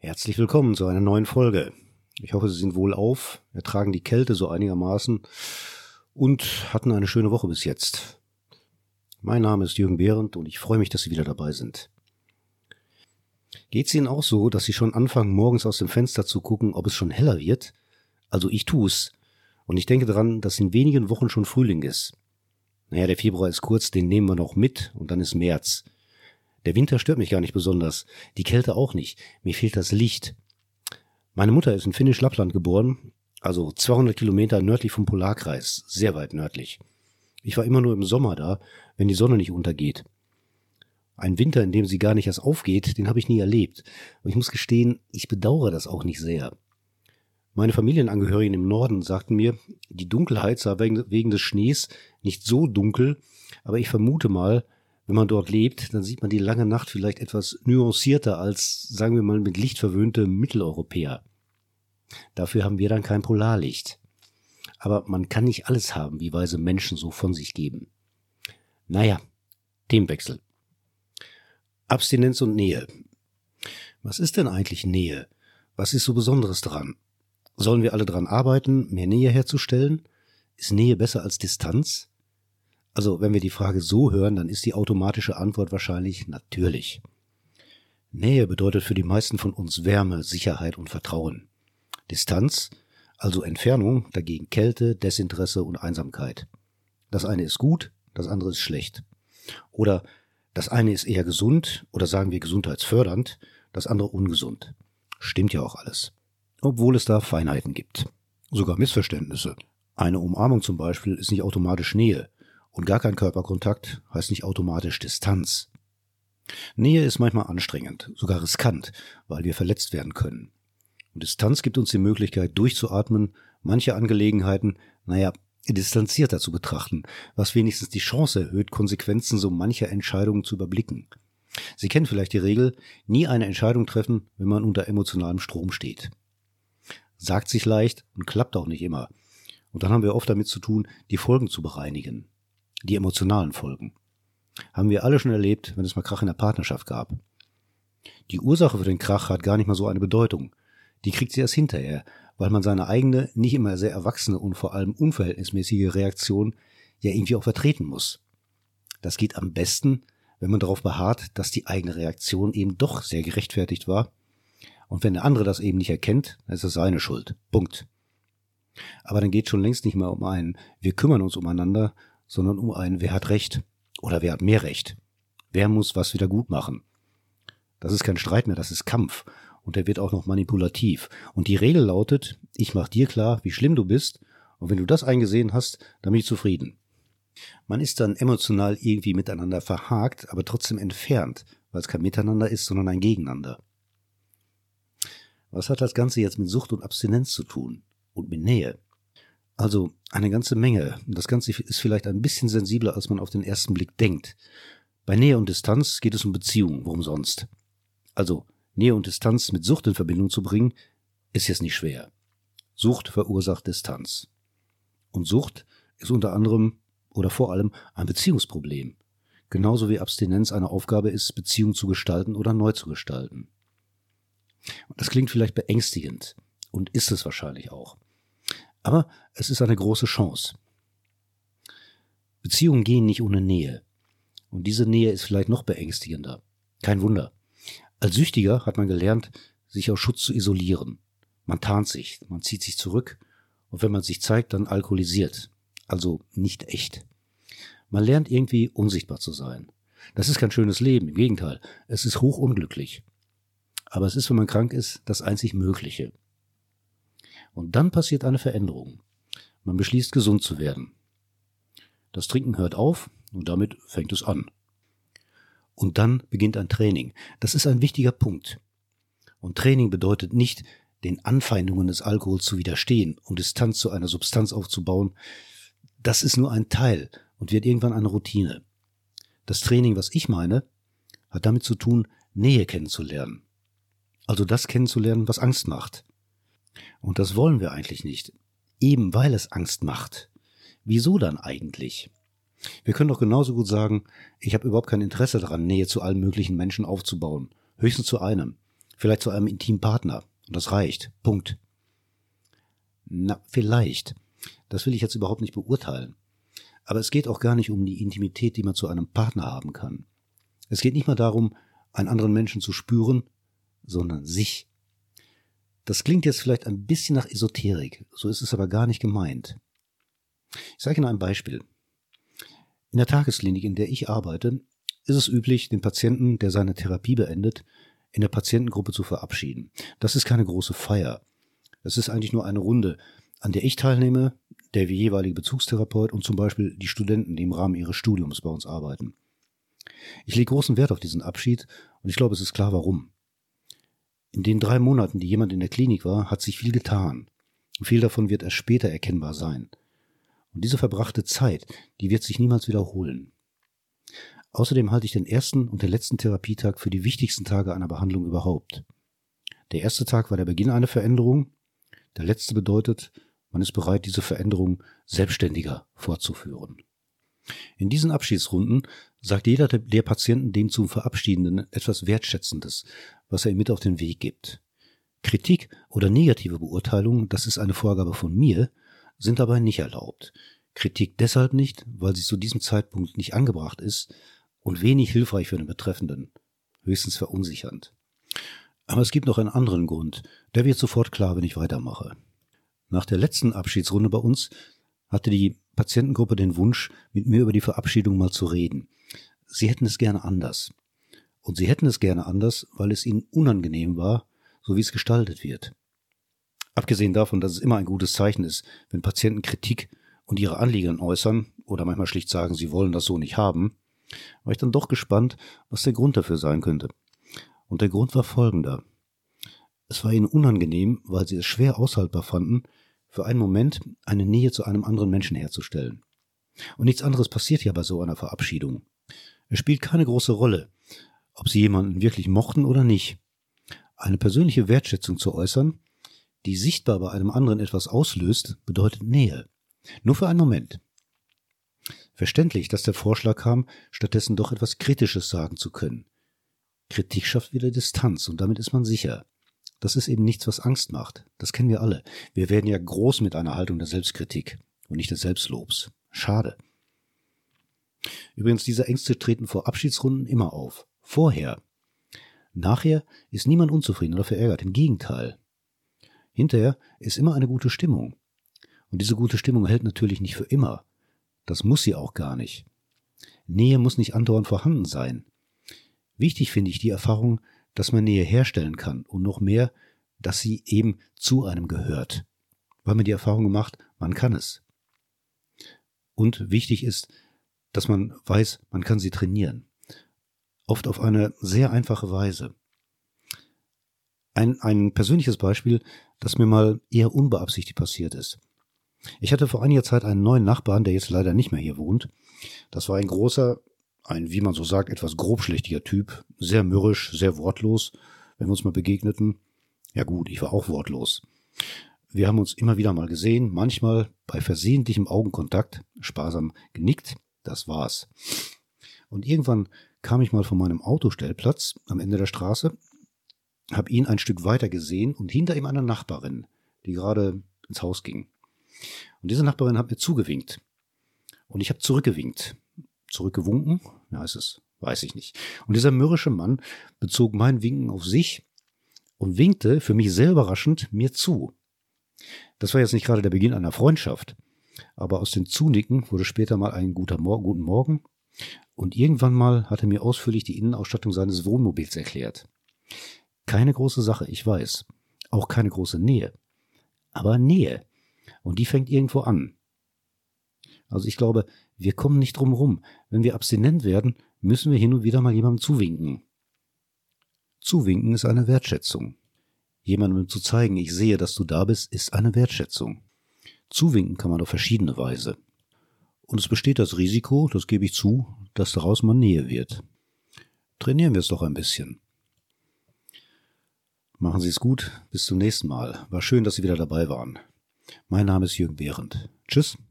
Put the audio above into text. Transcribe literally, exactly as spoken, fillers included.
Herzlich willkommen zu einer neuen Folge. Ich hoffe, Sie sind wohlauf, ertragen die Kälte so einigermaßen und hatten eine schöne Woche bis jetzt. Mein Name ist Jürgen Behrendt und ich freue mich, dass Sie wieder dabei sind. Geht es Ihnen auch so, dass Sie schon anfangen, morgens aus dem Fenster zu gucken, ob es schon heller wird? Also ich tue es. Und ich denke daran, dass in wenigen Wochen schon Frühling ist. Naja, der Februar ist kurz, den nehmen wir noch mit und dann ist März. Der Winter stört mich gar nicht besonders, die Kälte auch nicht, mir fehlt das Licht. Meine Mutter ist in Finnisch-Lappland geboren, also zweihundert Kilometer nördlich vom Polarkreis, sehr weit nördlich. Ich war immer nur im Sommer da, wenn die Sonne nicht untergeht. Ein Winter, in dem sie gar nicht erst aufgeht, den habe ich nie erlebt. Und ich muss gestehen, ich bedauere das auch nicht sehr. Meine Familienangehörigen im Norden sagten mir, die Dunkelheit sei wegen, wegen des Schnees nicht so dunkel, aber ich vermute mal, wenn man dort lebt, dann sieht man die lange Nacht vielleicht etwas nuancierter als, sagen wir mal, mit Licht verwöhnte Mitteleuropäer. Dafür haben wir dann kein Polarlicht. Aber man kann nicht alles haben, wie weise Menschen so von sich geben. Naja, Themenwechsel. Abstinenz und Nähe. Was ist denn eigentlich Nähe? Was ist so Besonderes dran? Sollen wir alle dran arbeiten, mehr Nähe herzustellen? Ist Nähe besser als Distanz? Also, wenn wir die Frage so hören, dann ist die automatische Antwort wahrscheinlich natürlich. Nähe bedeutet für die meisten von uns Wärme, Sicherheit und Vertrauen. Distanz, also Entfernung, dagegen Kälte, Desinteresse und Einsamkeit. Das eine ist gut, das andere ist schlecht. Oder das eine ist eher gesund oder sagen wir gesundheitsfördernd, das andere ungesund. Stimmt ja auch alles. Obwohl es da Feinheiten gibt. Sogar Missverständnisse. Eine Umarmung zum Beispiel ist nicht automatisch Nähe. Und gar kein Körperkontakt heißt nicht automatisch Distanz. Nähe ist manchmal anstrengend, sogar riskant, weil wir verletzt werden können. Und Distanz gibt uns die Möglichkeit, durchzuatmen, manche Angelegenheiten, naja, distanzierter zu betrachten, was wenigstens die Chance erhöht, Konsequenzen so mancher Entscheidungen zu überblicken. Sie kennen vielleicht die Regel, nie eine Entscheidung treffen, wenn man unter emotionalem Strom steht. Sagt sich leicht und klappt auch nicht immer. Und dann haben wir oft damit zu tun, die Folgen zu bereinigen. Die emotionalen Folgen. Haben wir alle schon erlebt, wenn es mal Krach in der Partnerschaft gab. Die Ursache für den Krach hat gar nicht mal so eine Bedeutung. Die kriegt sie erst hinterher, weil man seine eigene, nicht immer sehr erwachsene und vor allem unverhältnismäßige Reaktion ja irgendwie auch vertreten muss. Das geht am besten, wenn man darauf beharrt, dass die eigene Reaktion eben doch sehr gerechtfertigt war. Und wenn der andere das eben nicht erkennt, dann ist das seine Schuld. Punkt. Aber dann geht es schon längst nicht mehr um einen, wir kümmern uns umeinander, sondern um ein, wer hat Recht oder wer hat mehr Recht. Wer muss was wieder gut machen. Das ist kein Streit mehr, das ist Kampf. Und der wird auch noch manipulativ. Und die Regel lautet, ich mach dir klar, wie schlimm du bist. Und wenn du das eingesehen hast, dann bin ich zufrieden. Man ist dann emotional irgendwie miteinander verhakt, aber trotzdem entfernt, weil es kein Miteinander ist, sondern ein Gegeneinander. Was hat das Ganze jetzt mit Sucht und Abstinenz zu tun? Und mit Nähe? Also eine ganze Menge. Das Ganze ist vielleicht ein bisschen sensibler, als man auf den ersten Blick denkt. Bei Nähe und Distanz geht es um Beziehungen, worum sonst? Also Nähe und Distanz mit Sucht in Verbindung zu bringen, ist jetzt nicht schwer. Sucht verursacht Distanz. Und Sucht ist unter anderem oder vor allem ein Beziehungsproblem. Genauso wie Abstinenz eine Aufgabe ist, Beziehungen zu gestalten oder neu zu gestalten. Das klingt vielleicht beängstigend und ist es wahrscheinlich auch. Aber es ist eine große Chance. Beziehungen gehen nicht ohne Nähe. Und diese Nähe ist vielleicht noch beängstigender. Kein Wunder. Als Süchtiger hat man gelernt, sich aus Schutz zu isolieren. Man tarnt sich, man zieht sich zurück und wenn man sich zeigt, dann alkoholisiert. Also nicht echt. Man lernt irgendwie unsichtbar zu sein. Das ist kein schönes Leben, im Gegenteil. Es ist hochunglücklich. Aber es ist, wenn man krank ist, das einzig Mögliche. Und dann passiert eine Veränderung. Man beschließt, gesund zu werden. Das Trinken hört auf und damit fängt es an. Und dann beginnt ein Training. Das ist ein wichtiger Punkt. Und Training bedeutet nicht, den Anfeindungen des Alkohols zu widerstehen und Distanz zu einer Substanz aufzubauen. Das ist nur ein Teil und wird irgendwann eine Routine. Das Training, was ich meine, hat damit zu tun, Nähe kennenzulernen. Also das kennenzulernen, was Angst macht. Und das wollen wir eigentlich nicht. Eben weil es Angst macht. Wieso dann eigentlich? Wir können doch genauso gut sagen, ich habe überhaupt kein Interesse daran, Nähe zu allen möglichen Menschen aufzubauen. Höchstens zu einem. Vielleicht zu einem intimen Partner. Und das reicht. Punkt. Na, vielleicht. Das will ich jetzt überhaupt nicht beurteilen. Aber es geht auch gar nicht um die Intimität, die man zu einem Partner haben kann. Es geht nicht mal darum, einen anderen Menschen zu spüren, sondern sich. Das klingt jetzt vielleicht ein bisschen nach Esoterik, so ist es aber gar nicht gemeint. Ich sage Ihnen ein Beispiel. In der Tagesklinik, in der ich arbeite, ist es üblich, den Patienten, der seine Therapie beendet, in der Patientengruppe zu verabschieden. Das ist keine große Feier. Das ist eigentlich nur eine Runde, an der ich teilnehme, der jeweilige Bezugstherapeut und zum Beispiel die Studenten, die im Rahmen ihres Studiums bei uns arbeiten. Ich lege großen Wert auf diesen Abschied und ich glaube, es ist klar, warum. In den drei Monaten, die jemand in der Klinik war, hat sich viel getan. Und viel davon wird erst später erkennbar sein. Und diese verbrachte Zeit, die wird sich niemals wiederholen. Außerdem halte ich den ersten und den letzten Therapietag für die wichtigsten Tage einer Behandlung überhaupt. Der erste Tag war der Beginn einer Veränderung. Der letzte bedeutet, man ist bereit, diese Veränderung selbstständiger fortzuführen. In diesen Abschiedsrunden sagt jeder der Patienten dem zum Verabschiedenden etwas Wertschätzendes, was er ihm mit auf den Weg gibt. Kritik oder negative Beurteilung, das ist eine Vorgabe von mir, sind dabei nicht erlaubt. Kritik deshalb nicht, weil sie zu diesem Zeitpunkt nicht angebracht ist und wenig hilfreich für den Betreffenden, höchstens verunsichernd. Aber es gibt noch einen anderen Grund, der wird sofort klar, wenn ich weitermache. Nach der letzten Abschiedsrunde bei uns hatte die Patientengruppe den Wunsch, mit mir über die Verabschiedung mal zu reden. Sie hätten es gerne anders. Und sie hätten es gerne anders, weil es ihnen unangenehm war, so wie es gestaltet wird. Abgesehen davon, dass es immer ein gutes Zeichen ist, wenn Patienten Kritik und ihre Anliegen äußern oder manchmal schlicht sagen, sie wollen das so nicht haben, war ich dann doch gespannt, was der Grund dafür sein könnte. Und der Grund war folgender. Es war ihnen unangenehm, weil sie es schwer aushaltbar fanden, für einen Moment eine Nähe zu einem anderen Menschen herzustellen. Und nichts anderes passiert ja bei so einer Verabschiedung. Es spielt keine große Rolle, ob sie jemanden wirklich mochten oder nicht. Eine persönliche Wertschätzung zu äußern, die sichtbar bei einem anderen etwas auslöst, bedeutet Nähe. Nur für einen Moment. Verständlich, dass der Vorschlag kam, stattdessen doch etwas Kritisches sagen zu können. Kritik schafft wieder Distanz und damit ist man sicher. Das ist eben nichts, was Angst macht. Das kennen wir alle. Wir werden ja groß mit einer Haltung der Selbstkritik und nicht des Selbstlobs. Schade. Übrigens, diese Ängste treten vor Abschiedsrunden immer auf. Vorher. Nachher ist niemand unzufrieden oder verärgert. Im Gegenteil. Hinterher ist immer eine gute Stimmung. Und diese gute Stimmung hält natürlich nicht für immer. Das muss sie auch gar nicht. Nähe muss nicht andauernd vorhanden sein. Wichtig finde ich die Erfahrung, dass man Nähe herstellen kann und noch mehr, dass sie eben zu einem gehört. Weil man die Erfahrung gemacht, man kann es. Und wichtig ist, dass man weiß, man kann sie trainieren. Oft auf eine sehr einfache Weise. Ein, ein persönliches Beispiel, das mir mal eher unbeabsichtigt passiert ist. Ich hatte vor einiger Zeit einen neuen Nachbarn, der jetzt leider nicht mehr hier wohnt. Das war ein großer, ein, wie man so sagt, etwas grobschlächtiger Typ, sehr mürrisch, sehr wortlos, wenn wir uns mal begegneten. Ja gut, ich war auch wortlos. Wir haben uns immer wieder mal gesehen, manchmal bei versehentlichem Augenkontakt, sparsam genickt, das war's. Und irgendwann kam ich mal von meinem Autostellplatz am Ende der Straße, habe ihn ein Stück weiter gesehen und hinter ihm eine Nachbarin, die gerade ins Haus ging. Und diese Nachbarin hat mir zugewinkt. Und ich habe zurückgewinkt. Zurückgewunken? Wie heißt es? Weiß ich nicht. Und dieser mürrische Mann bezog mein Winken auf sich und winkte, für mich sehr überraschend, mir zu. Das war jetzt nicht gerade der Beginn einer Freundschaft, aber aus dem Zunicken wurde später mal ein guter Mor- guten Morgen und irgendwann mal hat er mir ausführlich die Innenausstattung seines Wohnmobils erklärt. Keine große Sache, ich weiß. Auch keine große Nähe. Aber Nähe. Und die fängt irgendwo an. Also ich glaube, wir kommen nicht drum rum. Wenn wir abstinent werden, müssen wir hin und wieder mal jemandem zuwinken. Zuwinken ist eine Wertschätzung. Jemandem zu zeigen, ich sehe, dass du da bist, ist eine Wertschätzung. Zuwinken kann man auf verschiedene Weise. Und es besteht das Risiko, das gebe ich zu, dass daraus mal Nähe wird. Trainieren wir es doch ein bisschen. Machen Sie es gut, bis zum nächsten Mal. War schön, dass Sie wieder dabei waren. Mein Name ist Jürgen Behrendt. Tschüss.